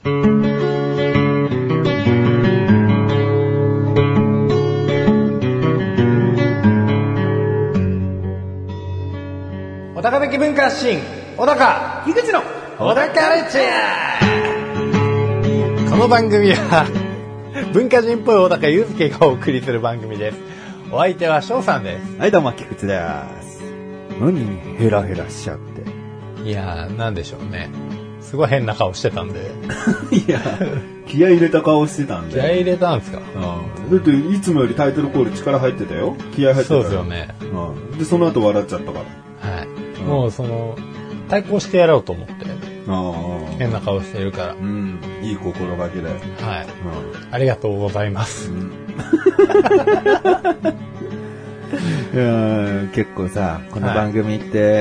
小高的文化発信、小高樋口の小高カルチャー。この番組は文化人っぽい小高祐介がお送りする番組です。お相手は翔さんです。 はい、どうも菊池です。何ヘラヘラしちゃって。 いやー、なんでしょうね。すごい変な顔してたんで。 いや、気合い入れた顔してたんで。 気合い入れたんですか？ だっていつもよりタイトルコール力入ってたよ。気合入ってたよ。 そうですよね。 で、その後笑っちゃったから。 はい。もう対抗してやろうと思って。変な顔してるから。 いい心がけだよ。 はい。ありがとうございます。 いや結構さ、この番組って、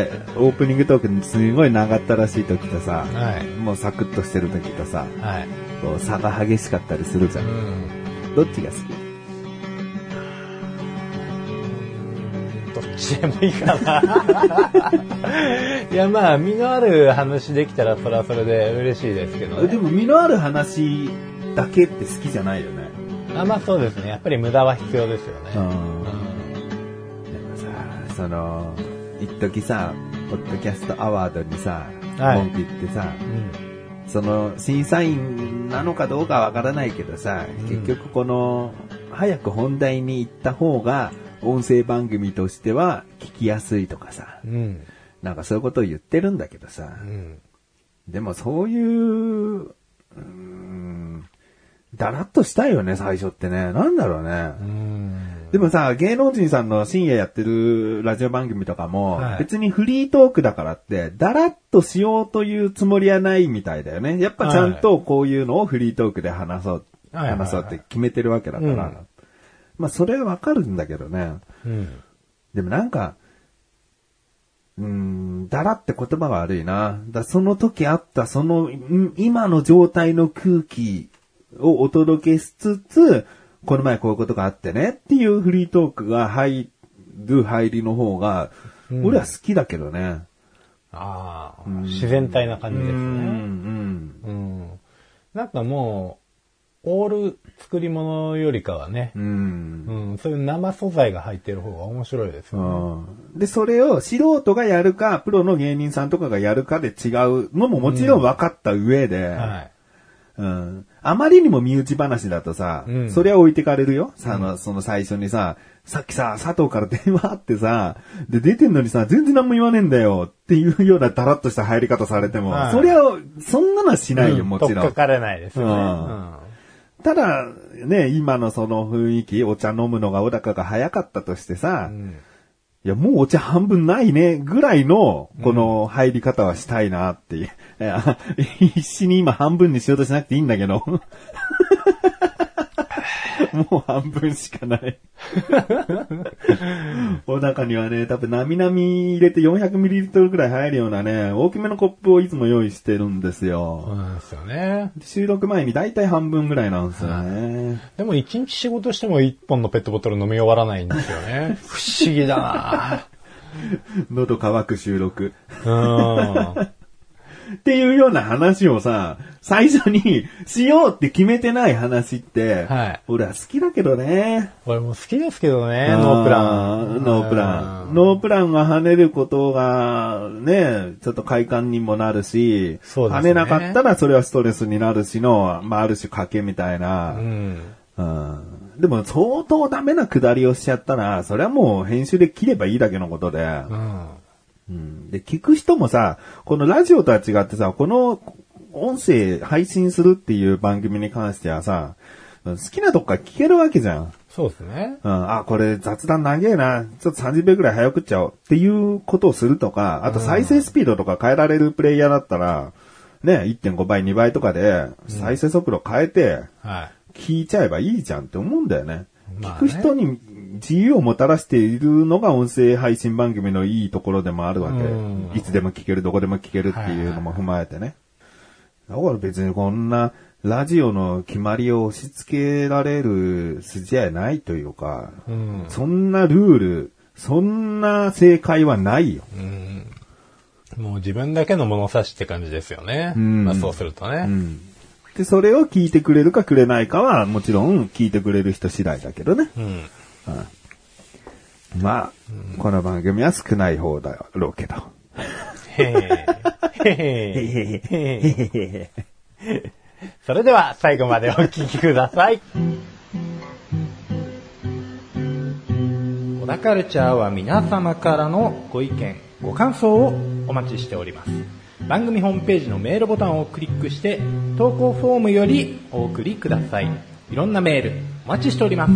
オープニングトークにすごい長ったらしい時とさ、もうサクッとしてる時とさ、こう差が激しかったりするじゃん。どっちが好き？ どっちでもいいかな。いや、まあ身のある話できたらそれはそれで嬉しいですけどね。 でも身のある話だけって好きじゃないよね。 まあそうですね。やっぱり無駄は必要ですよね。 でもさ、一時さ、ポッドキャストアワードにさ、文句言ってさ、その審査員なのかどうかわからないけどさ、結局この早く本題に行った方が音声番組としては聞きやすいとかさ、なんかそういうことを言ってるんだけどさ、でもそういうだらっとしたいよね、最初ってね。なんだろうね。でもさ、芸能人さんの深夜やってるラジオ番組とかも、別にフリートークだからって、だらっとしようというつもりはないみたいだよね。やっぱちゃんとこういうのをフリートークで話そうって決めてるわけだから。まあ、それはわかるんだけどね。でもなんか、だらって言葉が悪いな。その時あった今の状態の空気をお届けしつつ、この前こういうことがあってねっていうフリートークが入りの方が、俺は好きだけどね。 自然体な感じですね。なんかもう、オール作り物よりかはね、そういう生素材が入ってる方が面白いですよね。 で、それを素人がやるか、プロの芸人さんとかがやるかで違うのももちろん分かった上で、あまりにも身内話だとさ、そりゃ置いてかれるよ。その最初にさ、さっきさ、佐藤から電話あってさ、で、出てんのにさ、全然何も言わねえんだよっていうようなダラッとした入り方されても、そりゃ、そんなのはしないよ、もちろん。 とっかかれないですよね。 ただ、ね、今のその雰囲気、お茶飲むのが小高が早かったとしてさ、いや、もうお茶半分ないね、ぐらいの、この入り方はしたいなっていう。必死に今半分にしようとしなくていいんだけど。もう半分しかない。お腹にはね、多分なみなみ入れて 400ml ぐらい入るようなね、大きめのコップをいつも用意してるんですよ。 そうなんですよね。 収録前にだいたい半分ぐらいなんですよね。 でも一日仕事しても1本のペットボトル飲み終わらないんですよね。不思議だな。 喉乾く収録。っていうような話をさ、最初にしようって決めてない話って、俺は好きだけどね。 俺も好きですけどね、ノープラン。 ノープランが跳ねることがね、ちょっと快感にもなるし、跳ねなかったらそれはストレスになるしの、まあある種賭けみたいな。でも相当ダメな下りをしちゃったら、それはもう編集で切ればいいだけのことで。で、聞く人もさ、このラジオとは違ってさ、この音声配信するっていう番組に関してはさ、好きなとこから聞けるわけじゃん。 そうですね。 これ雑談長えな。ちょっと30秒くらい早くっちゃおうっていうことをするとか、あと再生スピードとか変えられるプレイヤーだったら、ね、1.5 倍、2倍とかで再生速度変えて、聞いちゃえばいいじゃんって思うんだよね。聞く人に自由をもたらしているのが音声配信番組のいいところでもあるわけ。いつでも聞ける、どこでも聞けるっていうのも踏まえてね。だから別にこんなラジオの決まりを押し付けられる筋合いないというか、そんなルール、そんな正解はないよ。 もう自分だけの物差しって感じですよね。まあそうするとね。 で、それを聞いてくれるかくれないかは、もちろん聞いてくれる人次第だけどね。まあ、この番組は少ない方だろうけど。 それでは最後までお聞きください。小田カルチャーは皆様からのご意見、ご感想をお待ちしております。番組ホームページのメールボタンをクリックして投稿フォームよりお送りください。いろんなメールお待ちしております。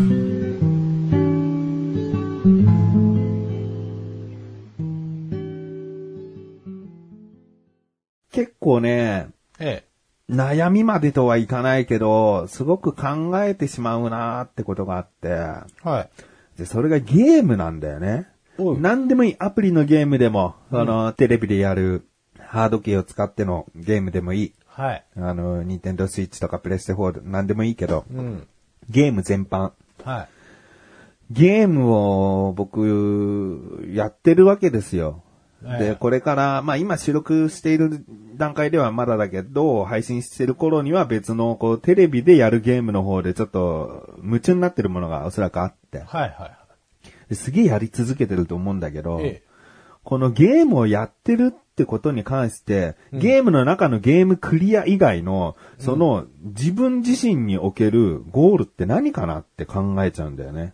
結構ね、悩みまでとはいかないけど、すごく考えてしまうなーってことがあって、でそれがゲームなんだよね。何でもいい。アプリのゲームでも、テレビでやるハード機を使ってのゲームでもいい。ニンテンドースイッチとかプレステ4何でもいいけど、ゲーム全般。ゲームを僕、やってるわけですよ。で、これから、まあ今収録している段階ではまだだけど、配信してる頃には別のこうテレビでやるゲームの方でちょっと夢中になってるものがおそらくあって。すげえやり続けてると思うんだけど、このゲームをやってるってことに関して、ゲームの中のゲームクリア以外の、その自分自身におけるゴールって何かなって考えちゃうんだよね。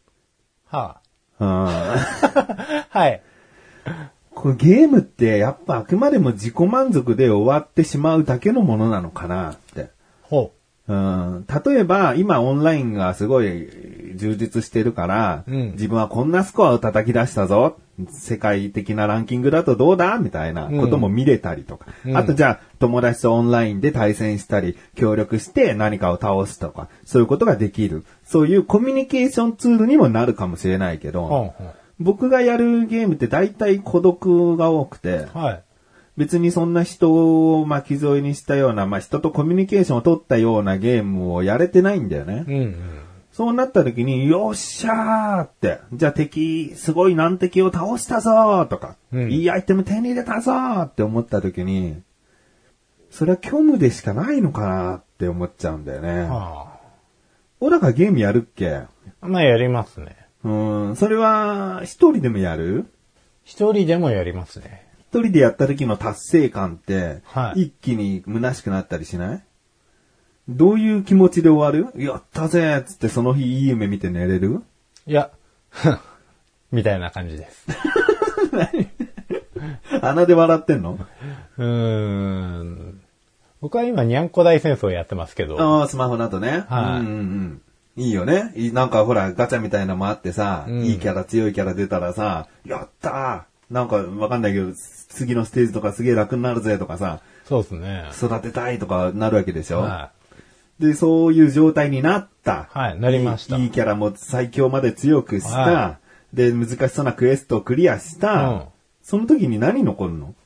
このゲームってやっぱあくまでも自己満足で終わってしまうだけのものなのかなって。例えば今オンラインがすごい充実してるから、自分はこんなスコアを叩き出したぞ。世界的なランキングだとどうだみたいなことも見れたりとか。あとじゃあ友達とオンラインで対戦したり、協力して何かを倒すとか、そういうことができる。そういうコミュニケーションツールにもなるかもしれないけど、僕がやるゲームって大体孤独が多くて、別にそんな人を巻き添えにしたような、人とコミュニケーションを取ったようなゲームをやれてないんだよね。そうなった時に、よっしゃーって、じゃあ敵、すごい難敵を倒したぞーとか、いいアイテム手に入れたぞーって思った時に、それは虚無でしかないのかなって思っちゃうんだよね。小高ゲームやるっけ？ やりますね。 それは一人でもやる？ 一人でもやりますね。 一人でやった時の達成感って、一気に虚しくなったりしない？どういう気持ちで終わる？やったぜーっつってその日いい夢見て寝れる？ いや、みたいな感じです。 鼻で笑ってんの？ 僕は今、にゃんこ大戦争やってますけど。 スマホだとね。いいよね。なんかほら、ガチャみたいなのもあってさ、いいキャラ、強いキャラ出たらさ、やったーなんかわかんないけど、次のステージとかすげえ楽になるぜとかさ、 そうですね。 育てたいとかなるわけでしょ？で、そういう状態になった。 なりました。 いいキャラも最強まで強くした。で、難しそうなクエストをクリアした。その時に何残るの？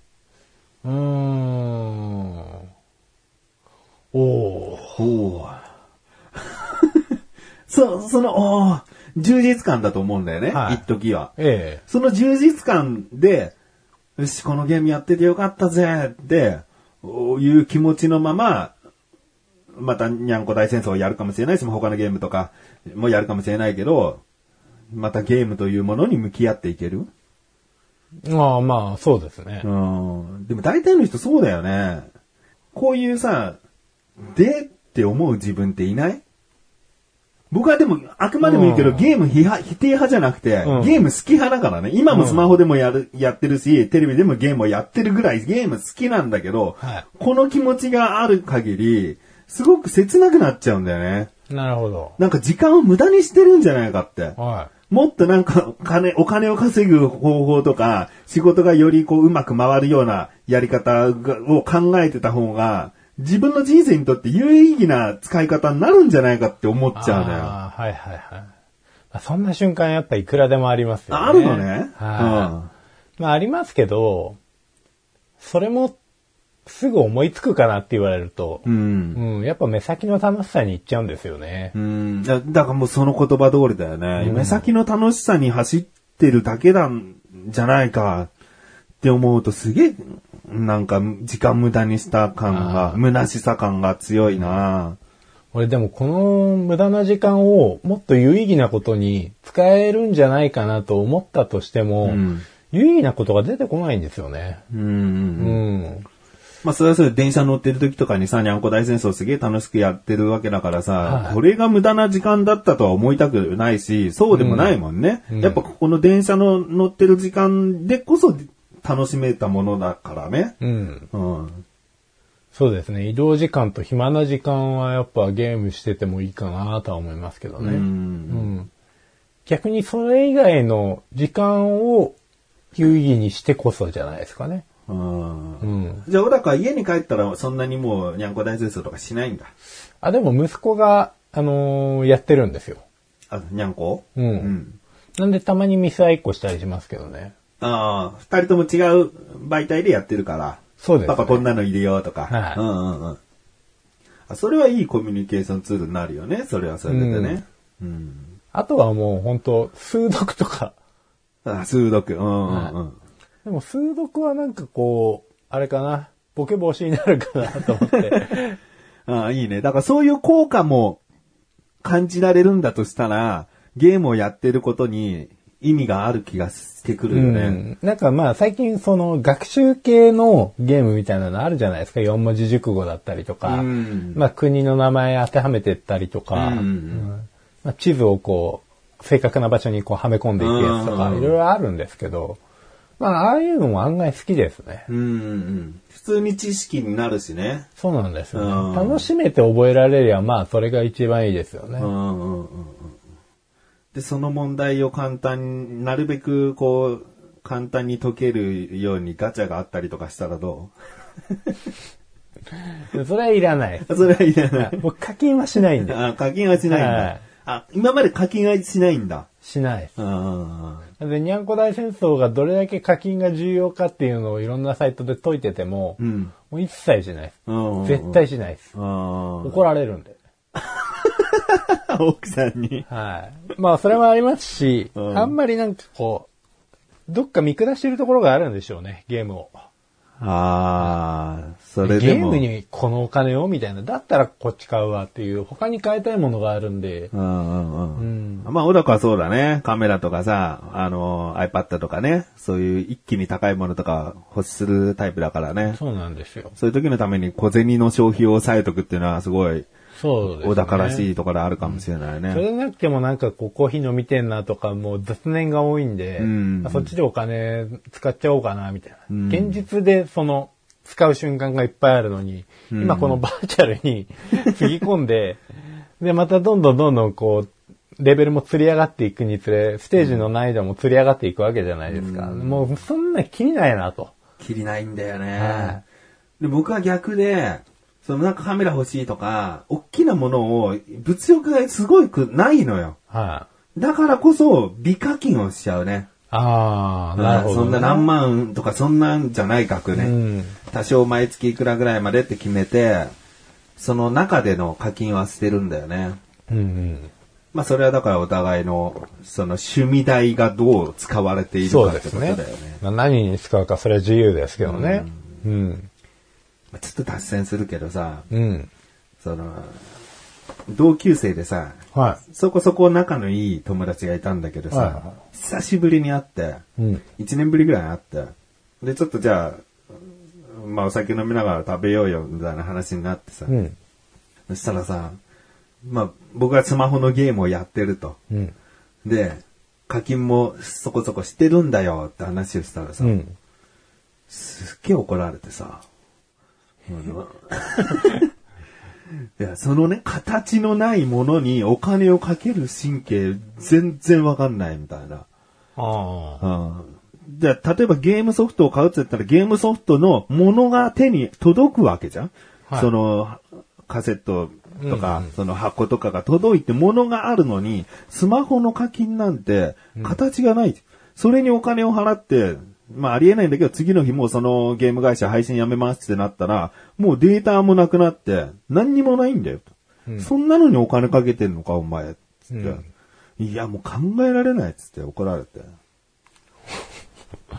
充実感だと思うんだよね。一時は。その充実感で、よし、このゲームやっててよかったぜっていう気持ちのまま、またにゃんこ大戦争をやるかもしれないし、他のゲームとかもやるかもしれないけど、またゲームというものに向き合っていける？ そうですね。 でも大体の人そうだよね。こういうさ、でって思う自分っていない？僕はでも、あくまでもいいけど、ゲーム否定派じゃなくて、ゲーム好き派だからね。今もスマホでもやってるし、テレビでもゲームをやってるぐらいゲーム好きなんだけど、この気持ちがある限り、すごく切なくなっちゃうんだよね。 なるほど。 なんか時間を無駄にしてるんじゃないかって。もっとなんかお金を稼ぐ方法とか、仕事がよりこううまく回るようなやり方を考えてた方が、自分の人生にとって有意義な使い方になるんじゃないかって思っちゃうのよ。 そんな瞬間やっぱいくらでもありますよね。 あるのね。 ありますけど、それもすぐ思いつくかなって言われると、やっぱ目先の楽しさに行っちゃうんですよね。 だからもうその言葉通りだよね。目先の楽しさに走ってるだけなんじゃないかって思うとすげえなんか時間無駄にした感が、虚しさ感が強いな。 俺でもこの無駄な時間をもっと有意義なことに使えるんじゃないかなと思ったとしても、有意義なことが出てこないんですよね。 まあそれはそれ電車乗ってる時とかにさ、にゃんこ大戦争すげえ楽しくやってるわけだからさ、これが無駄な時間だったとは思いたくないし、そうでもないもんね。やっぱこの電車の乗ってる時間でこそ楽しめたものだからね。 そうですね。移動時間と暇な時間はやっぱゲームしててもいいかなとは思いますけどね。逆にそれ以外の時間を有意義にしてこそじゃないですかね。 じゃあ、小高は家に帰ったらそんなにもうにゃんこ大戦争とかしないんだ。 でも息子が、やってるんですよ。 にゃんこ？ なんでたまにミスアイっこしたりしますけどね。 二人とも違う媒体でやってるから。 そうですね。 パパこんなのいるよとか。それはいいコミュニケーションツールになるよね。それはそれでね。 あとはもう本当数読とか。 数読。 でも数読はなんかこう、あれかな。ボケ防止になるかなと思って。 いいね。だからそういう効果も感じられるんだとしたら、ゲームをやってることに意味がある気がしてくるよね。 なんかまあ最近その学習系のゲームみたいなのあるじゃないですか。4文字熟語だったりとか、まあ国の名前当てはめてったりとか、まあ、地図をこう正確な場所にこうはめ込んでいくやつとかいろいろあるんですけど、まあああいうのも案外好きですね。 普通に知識になるしね。 そうなんですよね。楽しめて覚えられりゃまあそれが一番いいですよね。 で、その問題をなるべくこう、簡単に解けるようにガチャがあったりとかしたらどうそれはいらない。 それはいらない。 僕課金はしないんで。 課金はしないんだ。今まで課金はしないんだ。 しないです。で、にゃんこ大戦争がどれだけ課金が重要かっていうのをいろんなサイトで解いてても、もう一切しないです。絶対しないです。怒られるんで。 奥さんに。 まあ、それもありますし、あんまりなんかこう、どっか見下してるところがあるんでしょうね、ゲームを。 それでも。 ゲームにこのお金をみたいな。だったらこっち買うわっていう、他に買いたいものがあるんで。 まあ、小高はそうだね。カメラとかさ、iPad とかね。そういう一気に高いものとか欲しするタイプだからね。 そうなんですよ。 そういう時のために小銭の消費を抑えとくっていうのはすごい、 そうですね。 小高らしいところあるかもしれないね。 それでなくてもなんかこうコーヒー飲みてんなとかもう雑念が多いんで、そっちでお金使っちゃおうかなみたいな。現実でその使う瞬間がいっぱいあるのに、今このバーチャルにつぎ込んで、でまたどんどんこうレベルも釣り上がっていくにつれ、ステージの難易度も釣り上がっていくわけじゃないですか。もうそんな気にないなと。 気にないんだよね。で僕は逆で、なんかカメラ欲しいとか、大きなものを、物欲がすごいないのよ。だからこそ、微課金をしちゃうね。 なるほど、ね。 そんな何万とかそんなんじゃない額ね。多少毎月いくらぐらいまでって決めて、その中での課金は捨てるんだよね。まあそれはだからお互いの、その趣味代がどう使われているかってことだよね。 まあ、何に使うかそれは自由ですけどね。 ちょっと脱線するけどさ、同級生でさ、そこそこ仲のいい友達がいたんだけどさ、久しぶりに会って、1年ぶりぐらいに会って、で、ちょっとじゃあ、まあお酒飲みながら食べようよ、みたいな話になってさ、そしたらさ、まあ僕はスマホのゲームをやってると。で、課金もそこそこしてるんだよって話をしたらさ、すっげえ怒られてさ、いや、そのね、形のないものにお金をかける神経全然わかんないみたいな。じゃあ、例えばゲームソフトを買うって言ったらゲームソフトのものが手に届くわけじゃん、そのカセットとか、その箱とかが届いてものがあるのに、スマホの課金なんて形がない。それにお金を払って、まあありえないんだけど、次の日もうそのゲーム会社配信やめますってなったら、もうデータもなくなって、何にもないんだよと。そんなのにお金かけてんのかお前。つって。いやもう考えられないっつって怒られて。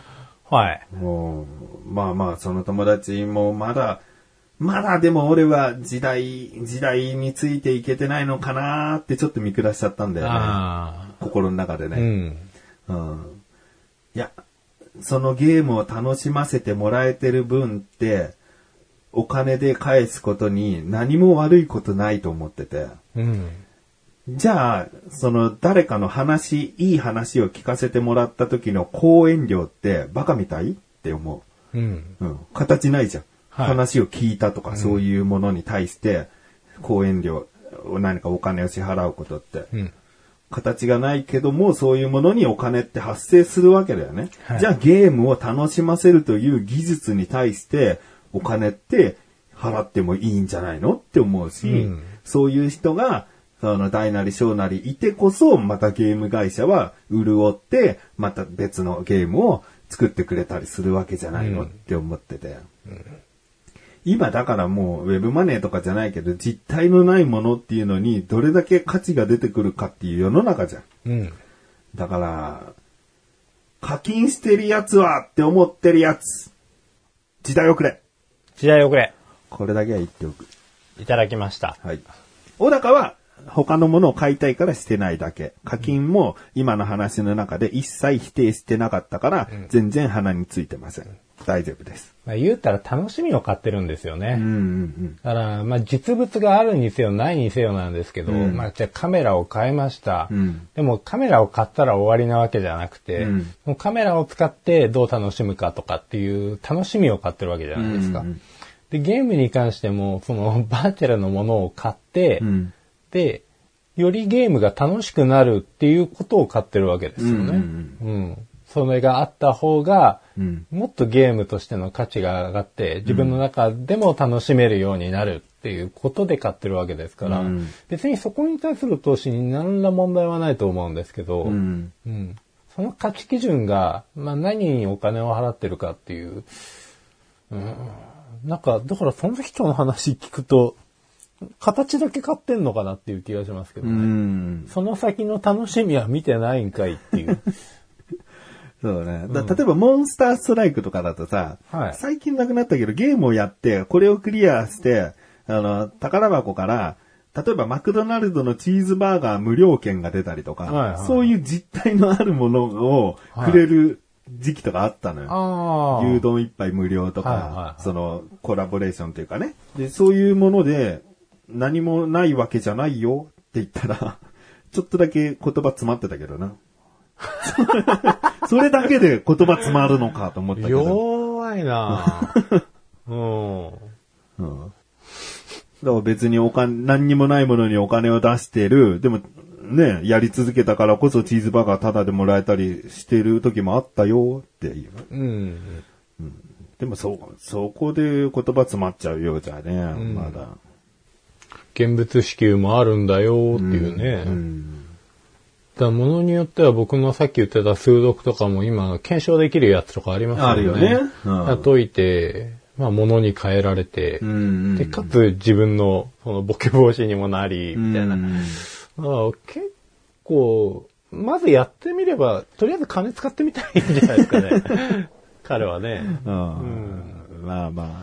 はい。 もう、まあまあ、その友達もまだでも俺は時代についていけてないのかなーってちょっと見下しちゃったんだよね。心の中でね。うん。いや、そのゲームを楽しませてもらえてる分って、お金で返すことに何も悪いことないと思ってて。 うん。 じゃあ、その誰かのいい話を聞かせてもらった時の講演料ってバカみたいって思う。うん。形ないじゃん。はい、話を聞いたとか、そういうものに対して、講演料、何かお金を支払うことって、形がないけども、そういうものにお金って発生するわけだよね。はい、じゃあゲームを楽しませるという技術に対して、お金って払ってもいいんじゃないのって思うし、そういう人が、大なり小なりいてこそ、またゲーム会社は潤って、また別のゲームを作ってくれたりするわけじゃないのって思ってて。今だからもうウェブマネーとかじゃないけど実体のないものっていうのにどれだけ価値が出てくるかっていう世の中じゃん。だから課金してるやつはって思ってるやつ時代遅れ。 時代遅れ。 これだけは言っておく。 いただきました。 はい。小高は他のものを買いたいからしてないだけ。課金も今の話の中で一切否定してなかったから全然鼻についてません。大丈夫です。 言うたら楽しみを買ってるんですよね。だから、実物があるにせよないにせよなんですけど、じゃあカメラを買いました。でもカメラを買ったら終わりなわけじゃなくて、もうカメラを使ってどう楽しむかとかっていう楽しみを買ってるわけじゃないですか。で、ゲームに関しても、そのバーチャルのものを買って、で、よりゲームが楽しくなるっていうことを買ってるわけですよね。それがあった方が、もっとゲームとしての価値が上がって、自分の中でも楽しめるようになるっていうことで買ってるわけですから、別にそこに対する投資に何ら問題はないと思うんですけど、その価値基準が、何にお金を払ってるかっていう、だからその人の話聞くと、形だけ買ってんのかなっていう気がしますけどね。その先の楽しみは見てないんかいっていう。 そうね。例えばモンスターストライクとかだとさ、最近なくなったけどゲームをやってこれをクリアして、宝箱から、例えばマクドナルドのチーズバーガー無料券が出たりとか、そういう実体のあるものをくれる時期とかあったのよ。牛丼一杯無料とか、そのコラボレーションというかね。で、そういうもので何もないわけじゃないよって言ったら、ちょっとだけ言葉詰まってたけどな。それだけで言葉詰まるのかと思ったけど。 弱いなぁ。 だから別に何にもないものにお金を出してる。でもね、やり続けたからこそチーズバーガータダでもらえたりしてる時もあったよっていう。でもそこで言葉詰まっちゃうようじゃね、まだ。 現物支給もあるんだよっていうね。だものによっては僕のさっき言ってた数読とかも今検証できるやつとかありますよね。あるよね。解いて、物に変えられて、で、かつ自分のそのボケ防止にもなり、みたいな。結構、まずやってみれば、とりあえず金使ってみたいんじゃないですかね。彼はね。 まあまあ。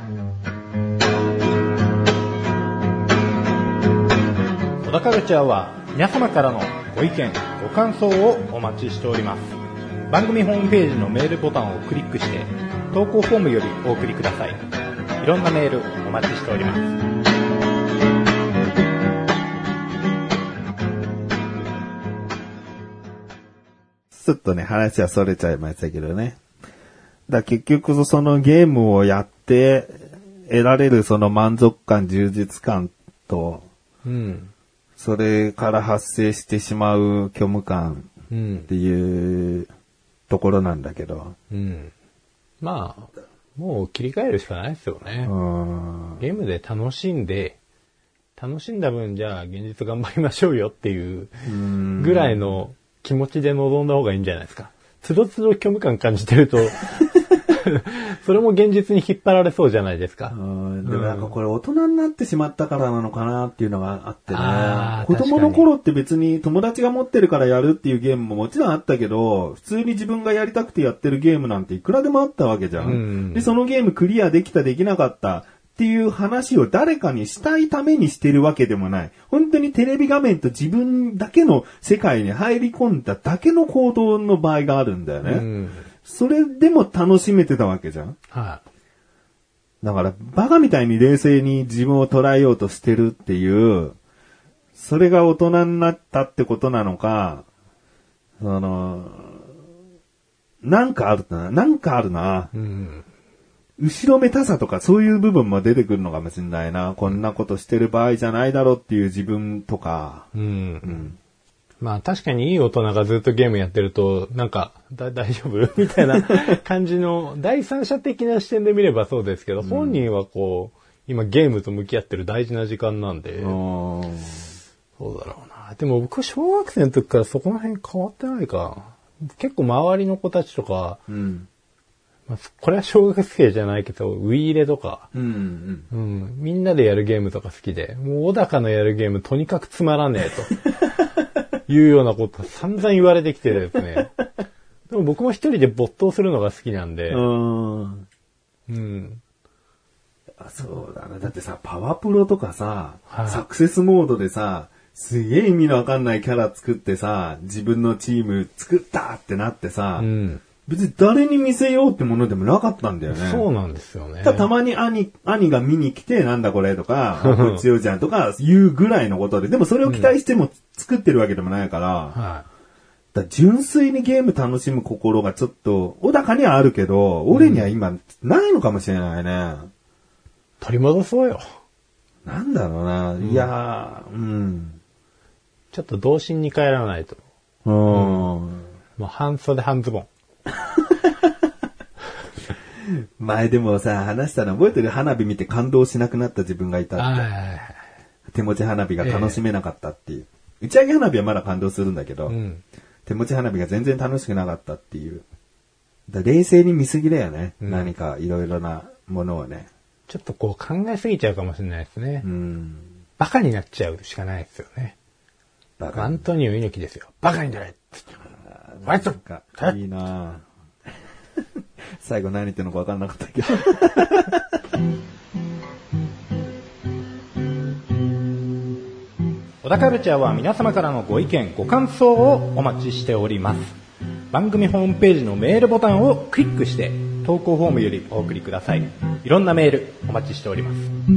小田カルチャーは皆様からのご意見、ご感想をお待ちしております。番組ホームページのメールボタンをクリックして、投稿フォームよりお送りください。いろんなメールお待ちしております。 ちょっとね、話はそれちゃいましたけどね。結局そのゲームをやって得られるその満足感、充実感と、それから発生してしまう虚無感っていうところなんだけど。 もう切り替えるしかないですよね。ゲームで楽しんだ分じゃあ現実頑張りましょうよっていうぐらいの気持ちで臨んだ方がいいんじゃないですか。つどつど虚無感感じてるとそれも現実に引っ張られそうじゃないですか。 でもなんかこれ大人になってしまったからなのかなっていうのがあってね。子供の頃って別に友達が持ってるからやるっていうゲームももちろんあったけど、普通に自分がやりたくてやってるゲームなんていくらでもあったわけじゃん。で、そのゲームクリアできたできなかったっていう話を誰かにしたいためにしてるわけでもない。本当にテレビ画面と自分だけの世界に入り込んだだけの行動の場合があるんだよね。それでも楽しめてたわけじゃん。 はい。 だから、バカみたいに冷静に自分を捉えようとしてるっていう、それが大人になったってことなのか、なんかあるな。後ろめたさとかそういう部分も出てくるのかもしれないな。こんなことしてる場合じゃないだろうっていう自分とか。 まあ確かにいい大人がずっとゲームやってると、なんか、大丈夫みたいな感じの、第三者的な視点で見ればそうですけど、本人はこう、今ゲームと向き合ってる大事な時間なんで、そうだろうな。でも僕小学生の時からそこら辺変わってないか。結構周りの子たちとか、まあ、これは小学生じゃないけど、ウィーレとか、みんなでやるゲームとか好きで、もう小高のやるゲームとにかくつまらねえというようなこと散々言われてきてですね。でも僕も一人で没頭するのが好きなんで、 そうだな。だってさ、パワプロとかさ、サクセスモードでさ、すげえ意味のわかんないキャラ作ってさ、自分のチーム作ったってなってさ、別に誰に見せようってものでもなかったんだよね。 そうなんですよね。 たまに兄が見に来て、なんだこれとか、こっちよじゃんとか言うぐらいのことで、でもそれを期待しても作ってるわけでもないから、だ純粋にゲーム楽しむ心がちょっと、小高にはあるけど、俺には今ないのかもしれないね。 取り戻そうよ。 なんだろうな、いやー、 ちょっと童心に帰らないと。もう半袖半ズボン。 前でもさ、話したの覚えてる？花火見て感動しなくなった自分がいたって。手持ち花火が楽しめなかったっていう。打ち上げ花火はまだ感動するんだけど、手持ち花火が全然楽しくなかったっていう。冷静に見すぎだよね。何かいろいろなものをね。 ちょっとこう考えすぎちゃうかもしれないですね。バカになっちゃうしかないですよね。アントニオ猪木ですよ。バカになれあいついいな最後何言ってるのか分かんなかったけど。 小田カルチャーは皆様からのご意見、ご感想をお待ちしております。番組ホームページのメールボタンをクリックして投稿フォームよりお送りください。いろんなメールお待ちしております。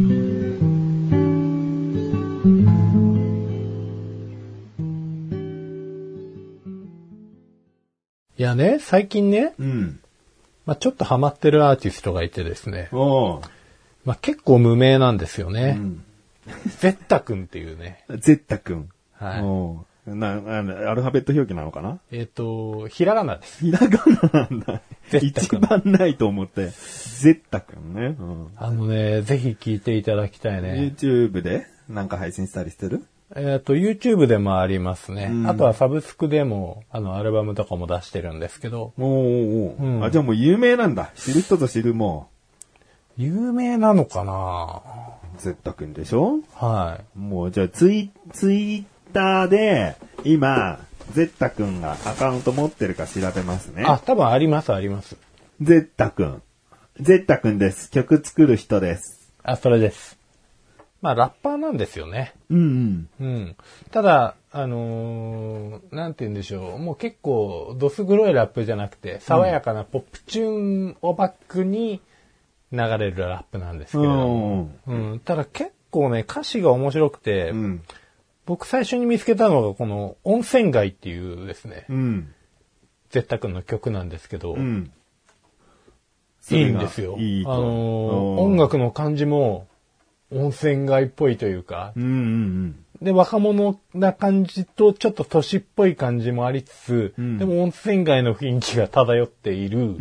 いやね、最近ね、ちょっとハマってるアーティストがいてですね、結構無名なんですよね。ゼッタ君っていうね。 ゼッタ君。 はい。 アルファベット表記なのかな？ ひらがなです。 ひらがななんだ。一番ないと思って。ゼッタ君ね。 ぜひ聞いていただきたいね。 YouTube でなんか配信したりしてる ？YouTube でもありますね。あとはサブスクでも、アルバムとかも出してるんですけど。 じゃあもう有名なんだ。知る人ぞ知るもう。有名なのかな？ ゼッタ君でしょ？ はい。 もうじゃあツイッターで、今、ゼッタ君がアカウント持ってるか調べますね。 多分あります。 ゼッタ君です。曲作る人です。 それです。ラッパーなんですよね。ただ、なんて言うんでしょう。もう結構、どす黒いラップじゃなくて、爽やかなポップチューンをバックに流れるラップなんですけれども。ただ結構ね、歌詞が面白くて、僕最初に見つけたのがこの温泉街っていうですね、ゼッタ君の曲なんですけど、いいんですよ。音楽の感じも温泉街っぽいというか、で、若者な感じとちょっと年っぽい感じもありつつ、でも温泉街の雰囲気が漂っている、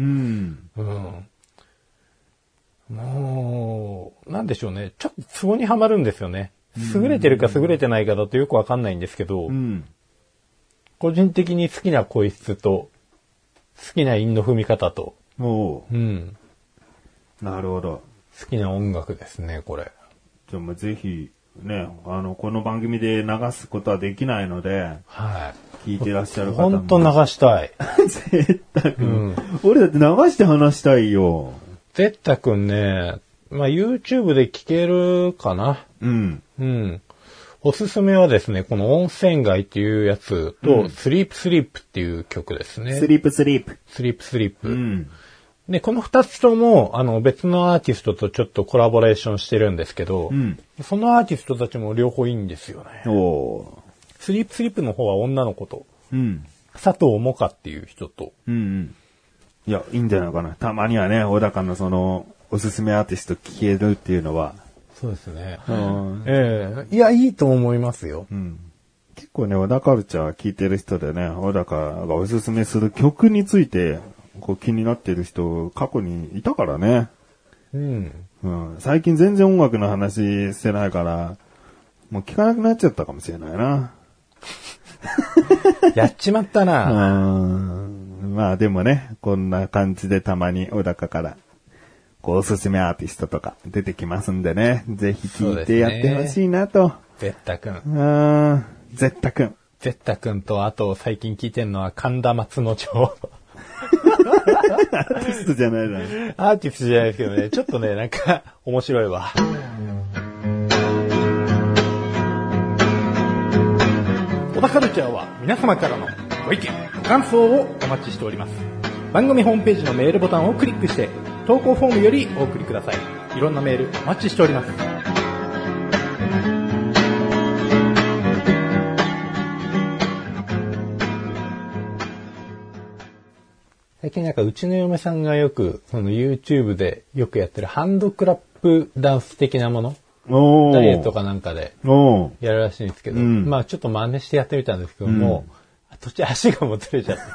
もう、なんでしょうね、ちょっとツボにはまるんですよね。優れてるか優れてないかだとよくわかんないんですけど、個人的に好きな声質と、好きな韻の踏み方と、 おうん。 なるほど。 好きな音楽ですね、これ。 じゃあもうぜひ、ね、この番組で流すことはできないので、 はい。 聞いてらっしゃる方も。 ほんと流したい。 絶対くん。俺だって流して話したいよ。 絶対くんね、まあ、YouTube で聴けるかな。 うん。 うん。おすすめはですね、この温泉街っていうやつと、スリープスリープっていう曲ですね。 スリープスリープ。 スリープスリープ。 うん。 で、この二つとも、別のアーティストとちょっとコラボレーションしてるんですけど、 うん、 そのアーティストたちも両方いいんですよね。 おスリープスリープの方は女の子と、 うん、 佐藤萌歌っていう人と、 うんうん。いや、いいんじゃないかな。たまにはね、小高のその、おすすめアーティスト聞けるっていうのは。 そうですね。 いや、いいと思いますよ。 うん、結構ね、小田カルチャー聞いてる人でね、小高がおすすめする曲について、こう気になってる人、過去にいたからね。 うん。 うん。最近全然音楽の話してないから、もう聞かなくなっちゃったかもしれないな。 やっちまったな。 まあでもね、こんな感じでたまに小高から、こうおすすめアーティストとか出てきますんでね、ぜひ聞いてやってほしいなと。 ゼッタくん。 ゼッタくん。 ゼッタくんと、あと最近聞いてんのは神田松之丞。 アーティストじゃないだろ。 アーティストじゃないですけどね、ちょっとね、なんか、面白いわ。小田カルチャーは皆様からのご意見、ご感想をお待ちしております。番組ホームページのメールボタンをクリックして、投稿フォームよりお送りください。いろんなメールお待ちしております。最近なんかうちの嫁さんがよく、その YouTube でよくやってるハンドクラップダンス的なもの、ダイエットかなんかでやるらしいんですけど、まあちょっと真似してやってみたんですけども、途中足がもつれちゃって。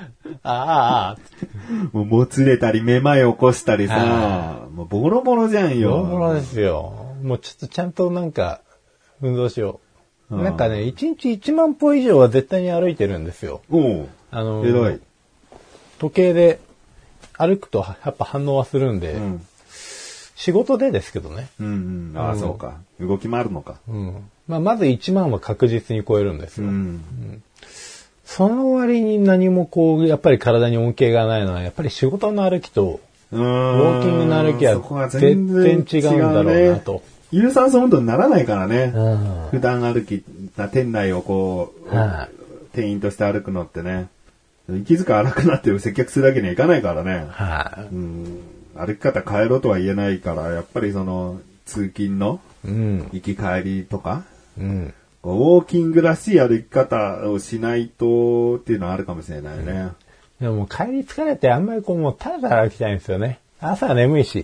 もうもつれたり、めまい起こしたりさ、もうボロボロじゃんよ。 ボロボロですよ。もうちょっとちゃんとなんか、運動しよう。なんかね、1日1万歩以上は絶対に歩いてるんですよ。 偉い。 時計で歩くとやっぱ反応はするんで、仕事でですけどね。 そうか。動き回るのか。 まあ、まず1万は確実に超えるんですよ。その割に何もこう、やっぱり体に恩恵がないのは、やっぱり仕事の歩きと、ウォーキングの歩きは全然違うんだろうなと。 有酸素運動にならないからね。普段歩き、店内をこう、店員として歩くのってね。息遣い荒くなって接客するわけにはいかないからね。歩き方変えろとは言えないから、やっぱりその、通勤の、行き帰りとか、ウォーキングらしい歩き方をしないとっていうのはあるかもしれないね。 でも帰り疲れてあんまりこうもうただただ歩きたいんですよね。朝は眠いし。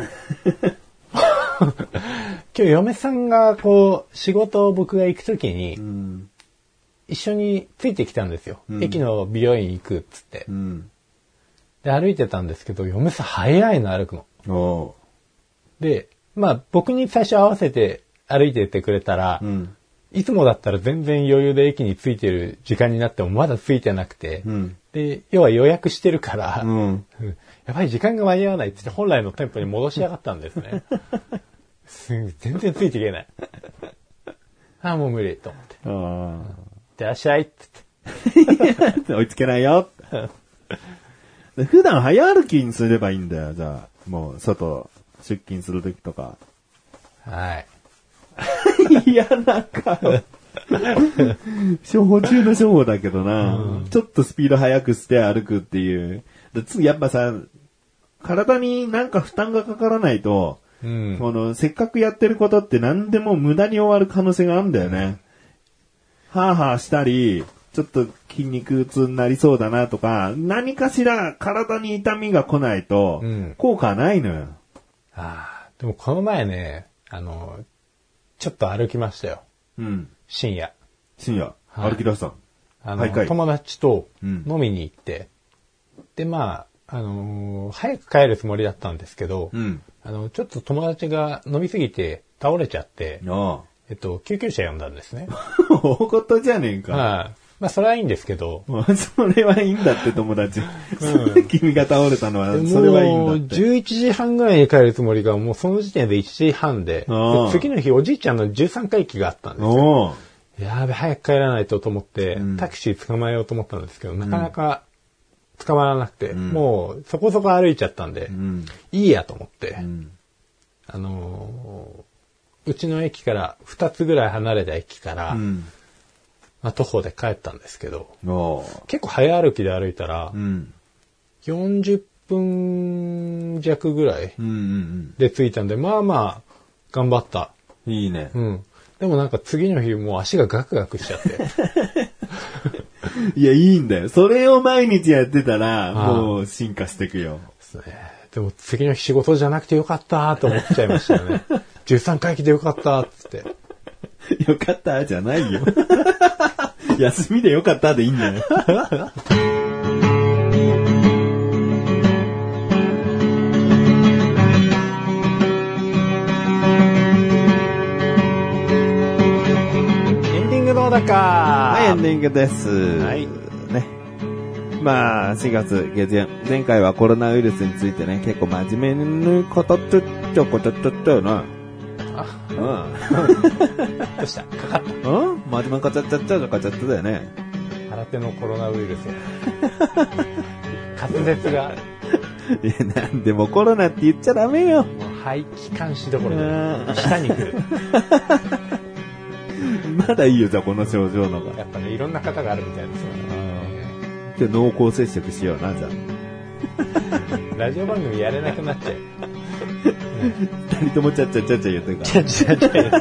今日嫁さんがこう仕事を僕が行くときに、一緒についてきたんですよ。駅の美容院行くっつって。で歩いてたんですけど、嫁さん早いの歩くの。で、まあ僕に最初合わせて歩いてってくれたら、いつもだったら全然余裕で駅に着いてる時間になってもまだ着いてなくて、で、要は予約してるから、やっぱり時間が間に合わないって言って本来の店舗に戻しやがったんですね。全然ついていけない。もう無理と思って。いってらっしゃいって追いつけないよ。普段早歩きにすればいいんだよ、じゃあ。もう外出勤するときとか。 はい。 嫌な顔。処方中の処方だけどな、ちょっとスピード速くして歩くっていう。やっぱさ、体になんか負担がかからないと、せっかくやってることって何でも無駄に終わる可能性があるんだよね。はぁはぁしたり、ちょっと筋肉痛になりそうだなとか、何かしら体に痛みが来ないと、効果ないのよ。 でもこの前ね、ちょっと歩きましたよ。深夜。 歩き出したの。 友達と飲みに行って、で、まあ、早く帰るつもりだったんですけど、ちょっと友達が飲みすぎて倒れちゃって、救急車呼んだんですね。 大事じゃねえか。 まあそれはいいんですけど。 それはいいんだって友達。君が倒れたのは、それはいいんだって。もう 11時半ぐらいに帰るつもりが、もうその時点で1時半で、次の日おじいちゃんの13回忌があったんですよ。やべ、早く帰らないと思って、タクシー捕まえようと思ったんですけど、なかなか捕まらなくて、もうそこそこ歩いちゃったんで、いいやと思って、うちの駅から2つぐらい離れた駅から、まあ、徒歩で帰ったんですけど、結構早歩きで歩いたら、40分弱ぐらいで着いたんで、まあまあ、頑張った。 いいね。 でもなんか次の日もう足がガクガクしちゃって。 いや、いいんだよ。それを毎日やってたら、もう進化していくよ。 でも次の日仕事じゃなくてよかったと思っちゃいましたよね。13回忌でよかったっつって。 よかったじゃないよ。休みでよかったでいいんだよ。 エンディングどうだか。 はい、エンディングです。 はい。 ね。まあ、4月下旬。前回はコロナウイルスについてね、結構真面目に語っちゃな。どうしたかかった真面目に語っちゃっただよね。 空手のコロナウイルスや。滑舌が。 いや、なんでもコロナって言っちゃダメよ。もう肺気管支どころで下に来る。 まだいいよ、じゃあこの症状のが。 やっぱね、いろんな方があるみたいですよね。 じゃあ濃厚接触しような、じゃあ。ラジオ番組やれなくなっちゃう。 二人ともちゃっちゃ言ってるから。 ちゃ言ってる。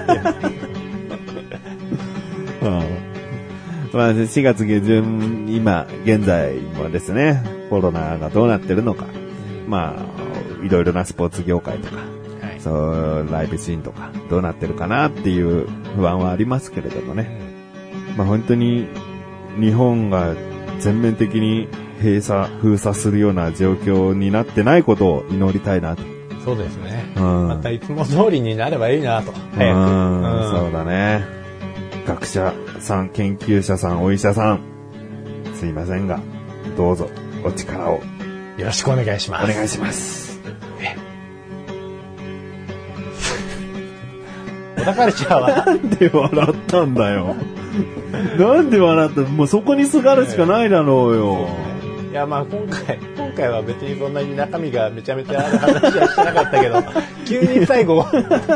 まあ、4月下旬、今、現在もですね、コロナがどうなってるのか。まあ、いろいろなスポーツ業界とか、そう、ライブシーンとか、どうなってるかなっていう不安はありますけれどもね。まあ本当に、日本が全面的に封鎖するような状況になってないことを祈りたいなと。 そうですね。またいつも通りになればいいなと。早く。 そうだね。学者さん、研究者さん、お医者さん、すいませんが、どうぞお力をよろしくお願いします。 お願いします。 小田カルチャーはなんで笑ったんだよ。なんで笑ったの？もうそこにすがるしかないだろうよ。 いや、まあ今回は別にそんなに中身がめちゃめちゃある話はしてなかったけど、急に最後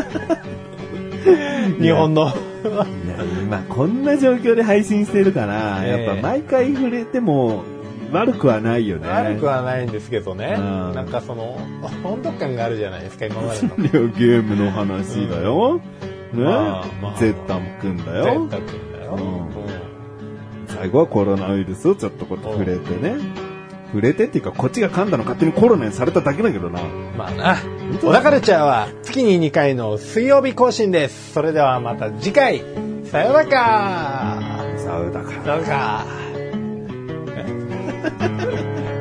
日本のいや今こんな状況で配信してるから、やっぱ毎回触れても悪くはないよね。 悪くはないんですけどね。なんかその温度感があるじゃないですか、今までの。 ゲームの話だよ。ね、ゼッタムくんだよ。 ゼッタくんだよ。 最後はコロナウイルスをちょっとこう触れてね。触れてっていうか、こっちが噛んだの勝手にコロナにされただけだけどな。 まあな。小田カルチャーは月に2回の水曜日更新です。それではまた次回。さよならか。 さよならか。